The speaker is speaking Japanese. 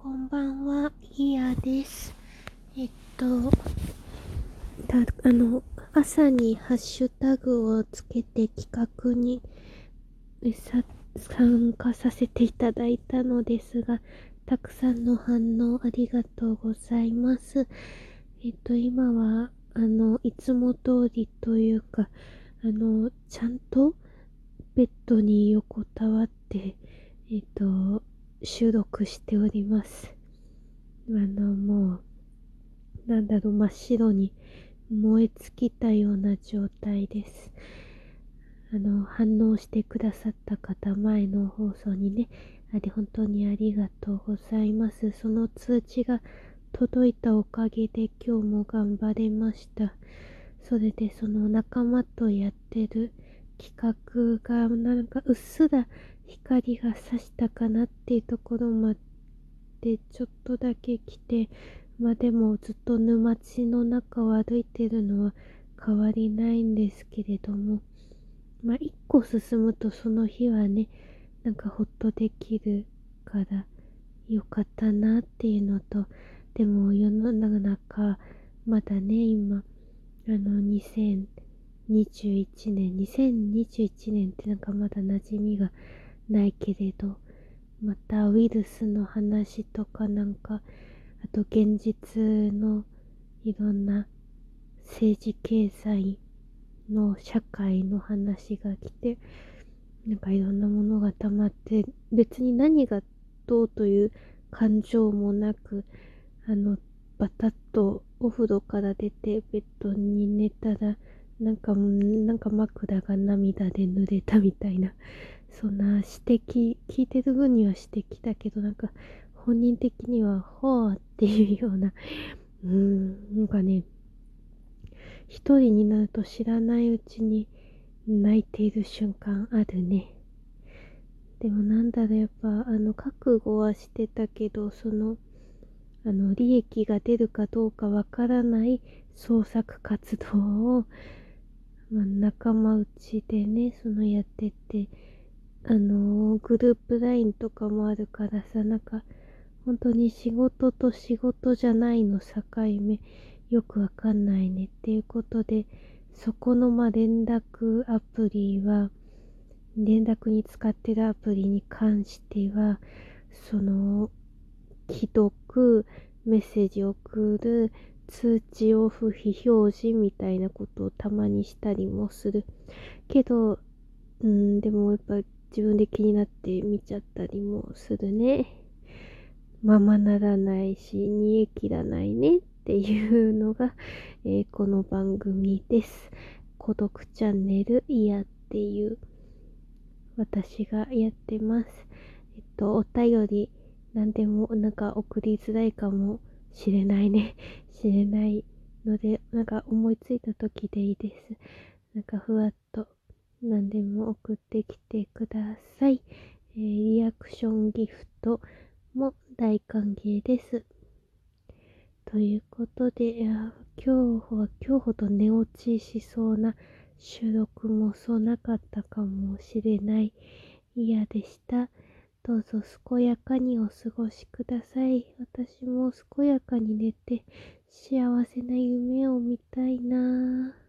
こんばんは、いやです。えっと、朝にハッシュタグをつけて企画に参加させていただいたのですが、たくさんの反応ありがとうございます。今は、いつも通りというか、ちゃんとベッドに横たわって、収録しております。もう、真っ白に燃え尽きたような状態です。反応してくださった方、前の放送にね、本当にありがとうございます。その通知が届いたおかげで今日も頑張れました。それでその仲間とやってる企画がうっすら光が差したかなっていうところまでちょっとだけ来て、でもずっと沼地の中を歩いてるのは変わりないんですけれども、一個進むとその日はね、ほっとできるからよかったなっていうのと、でも世の中、まだね、今、2021年ってまだ馴染みがないけれど、またウイルスの話とかあと現実のいろんな政治経済の社会の話が来て、いろんなものが溜まって、別に何がどうという感情もなく、バタッとお風呂から出てベッドに寝たら、枕が涙で濡れたみたいな、そんな指摘、聞いてる分には指摘だけど、本人的には、ほーっていうような、ね、一人になると知らないうちに泣いている瞬間あるね。でもやっぱ、覚悟はしてたけど、利益が出るかどうかわからない創作活動を、仲間内でね、やってって、グループラインとかもあるからさ、本当に仕事と仕事じゃないの境目、よくわかんないねっていうことで、そこの連絡アプリは、連絡に使ってるアプリに関しては、既読、メッセージ送る、通知オフ、非表示みたいなことをたまにしたりもする。けど、でもやっぱ自分で気になって見ちゃったりもするね。ままならないし、煮え切らないねっていうのが、この番組です。孤独チャンネルいやっていう私がやってます。お便り、なんでも送りづらいかもしれないね。しれないので、思いついた時でいいです。ふわっと何でも送ってきてください。リアクションギフトも大歓迎です。ということで、今日ほど寝落ちしそうな収録もそうなかったかもしれない嫌でした。どうぞ健やかにお過ごしください。私も健やかに寝て幸せな夢を見たいなぁ。